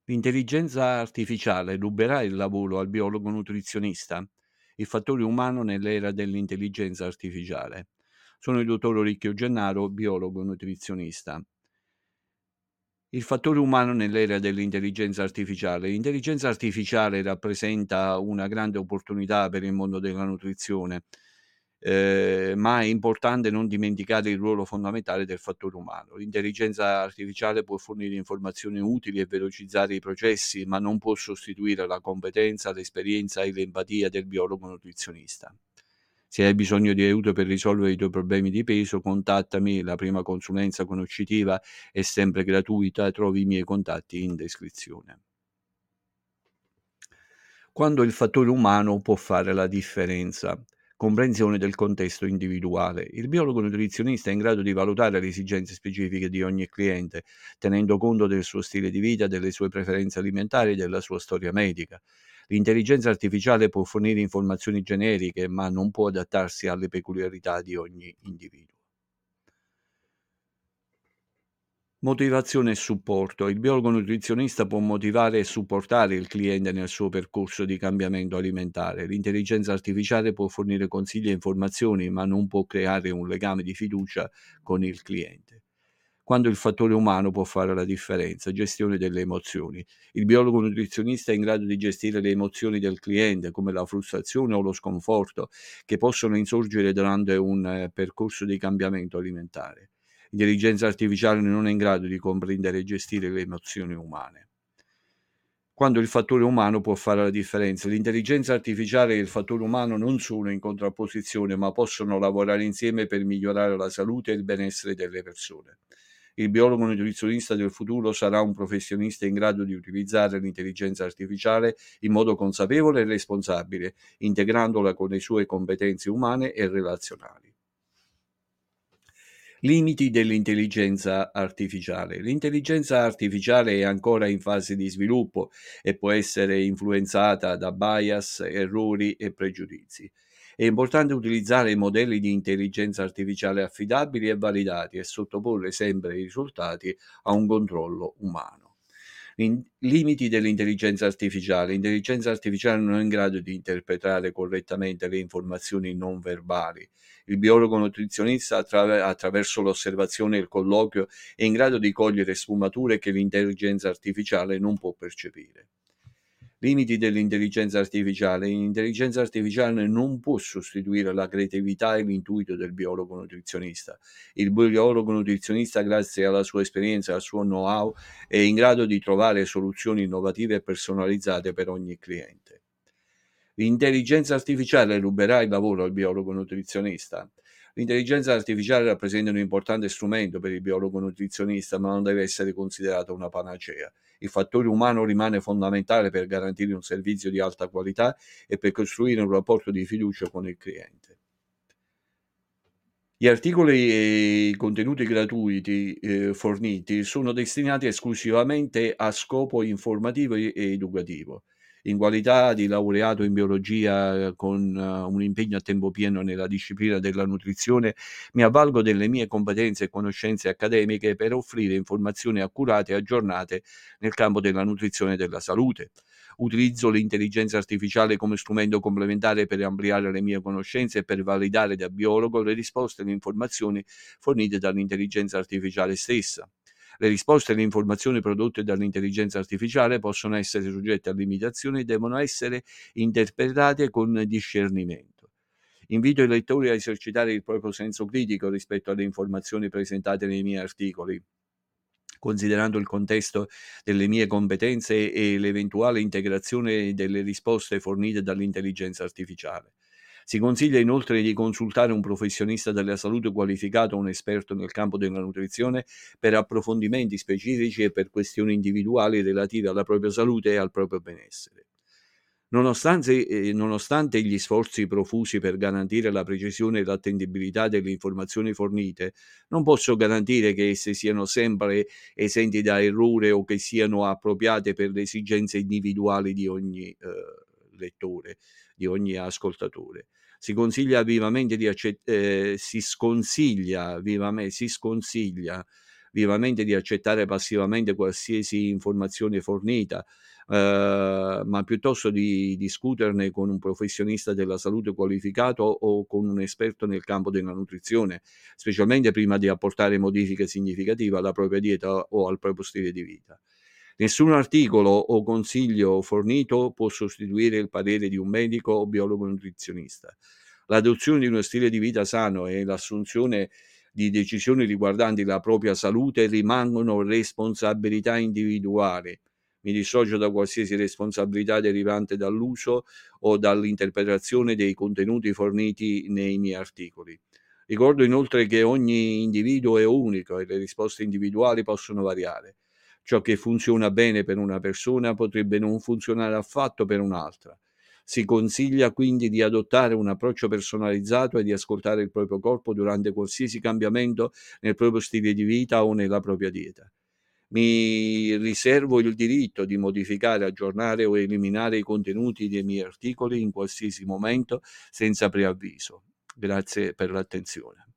L'intelligenza artificiale ruberà il lavoro al biologo nutrizionista? Il fattore umano nell'era dell'intelligenza artificiale. Sono il dottor Oricchio Gennaro, biologo nutrizionista. Il fattore umano nell'era dell'intelligenza artificiale. L'intelligenza artificiale rappresenta una grande opportunità per il mondo della nutrizione, ma è importante non dimenticare il ruolo fondamentale del fattore umano. L'intelligenza artificiale può fornire informazioni utili e velocizzare i processi, ma non può sostituire la competenza, l'esperienza e l'empatia del biologo nutrizionista. Se hai bisogno di aiuto per risolvere i tuoi problemi di peso, contattami. La prima consulenza conoscitiva è sempre gratuita, trovi i miei contatti in descrizione. Quando il fattore umano può fare la differenza. Comprensione del contesto individuale. Il biologo nutrizionista è in grado di valutare le esigenze specifiche di ogni cliente, tenendo conto del suo stile di vita, delle sue preferenze alimentari e della sua storia medica. L'intelligenza artificiale può fornire informazioni generiche, ma non può adattarsi alle peculiarità di ogni individuo. Motivazione e supporto. Il biologo nutrizionista può motivare e supportare il cliente nel suo percorso di cambiamento alimentare. L'intelligenza artificiale può fornire consigli e informazioni, ma non può creare un legame di fiducia con il cliente. Quando il fattore umano può fare la differenza, gestione delle emozioni. Il biologo nutrizionista è in grado di gestire le emozioni del cliente, come la frustrazione o lo sconforto, che possono insorgere durante un percorso di cambiamento alimentare. L'intelligenza artificiale non è in grado di comprendere e gestire le emozioni umane. Quando il fattore umano può fare la differenza. L'intelligenza artificiale e il fattore umano non sono in contrapposizione, ma possono lavorare insieme per migliorare la salute e il benessere delle persone. Il biologo nutrizionista del futuro sarà un professionista in grado di utilizzare l'intelligenza artificiale in modo consapevole e responsabile, integrandola con le sue competenze umane e relazionali. Limiti dell'intelligenza artificiale. L'intelligenza artificiale è ancora in fase di sviluppo e può essere influenzata da bias, errori e pregiudizi. È importante utilizzare modelli di intelligenza artificiale affidabili e validati e sottoporre sempre i risultati a un controllo umano. Limiti dell'intelligenza artificiale. L'intelligenza artificiale non è in grado di interpretare correttamente le informazioni non verbali. Il biologo nutrizionista, attraverso l'osservazione e il colloquio, è in grado di cogliere sfumature che l'intelligenza artificiale non può percepire. Limiti dell'intelligenza artificiale. L'intelligenza artificiale non può sostituire la creatività e l'intuito del biologo nutrizionista. Il biologo nutrizionista, grazie alla sua esperienza e al suo know-how, è in grado di trovare soluzioni innovative e personalizzate per ogni cliente. L'intelligenza artificiale ruberà il lavoro al biologo nutrizionista. L'intelligenza artificiale rappresenta un importante strumento per il biologo nutrizionista, ma non deve essere considerata una panacea. Il fattore umano rimane fondamentale per garantire un servizio di alta qualità e per costruire un rapporto di fiducia con il cliente. Gli articoli e i contenuti gratuiti, forniti sono destinati esclusivamente a scopo informativo e educativo. In qualità di laureato in biologia con un impegno a tempo pieno nella disciplina della nutrizione, mi avvalgo delle mie competenze e conoscenze accademiche per offrire informazioni accurate e aggiornate nel campo della nutrizione e della salute. Utilizzo l'intelligenza artificiale come strumento complementare per ampliare le mie conoscenze e per validare da biologo le risposte e le informazioni fornite dall'intelligenza artificiale stessa. Le risposte e le informazioni prodotte dall'intelligenza artificiale possono essere soggette a limitazioni e devono essere interpretate con discernimento. Invito i lettori a esercitare il proprio senso critico rispetto alle informazioni presentate nei miei articoli, considerando il contesto delle mie competenze e l'eventuale integrazione delle risposte fornite dall'intelligenza artificiale. Si consiglia inoltre di consultare un professionista della salute qualificato o un esperto nel campo della nutrizione per approfondimenti specifici e per questioni individuali relative alla propria salute e al proprio benessere. Nonostante gli sforzi profusi per garantire la precisione e l'attendibilità delle informazioni fornite, non posso garantire che esse siano sempre esenti da errore o che siano appropriate per le esigenze individuali di ogni lettore, di ogni ascoltatore. Si sconsiglia vivamente di accettare passivamente qualsiasi informazione fornita, ma piuttosto di discuterne con un professionista della salute qualificato o con un esperto nel campo della nutrizione, specialmente prima di apportare modifiche significative alla propria dieta o al proprio stile di vita. Nessun articolo o consiglio fornito può sostituire il parere di un medico o biologo nutrizionista. L'adozione di uno stile di vita sano e l'assunzione di decisioni riguardanti la propria salute rimangono responsabilità individuali. Mi dissocio da qualsiasi responsabilità derivante dall'uso o dall'interpretazione dei contenuti forniti nei miei articoli. Ricordo inoltre che ogni individuo è unico e le risposte individuali possono variare. Ciò che funziona bene per una persona potrebbe non funzionare affatto per un'altra. Si consiglia quindi di adottare un approccio personalizzato e di ascoltare il proprio corpo durante qualsiasi cambiamento nel proprio stile di vita o nella propria dieta. Mi riservo il diritto di modificare, aggiornare o eliminare i contenuti dei miei articoli in qualsiasi momento senza preavviso. Grazie per l'attenzione.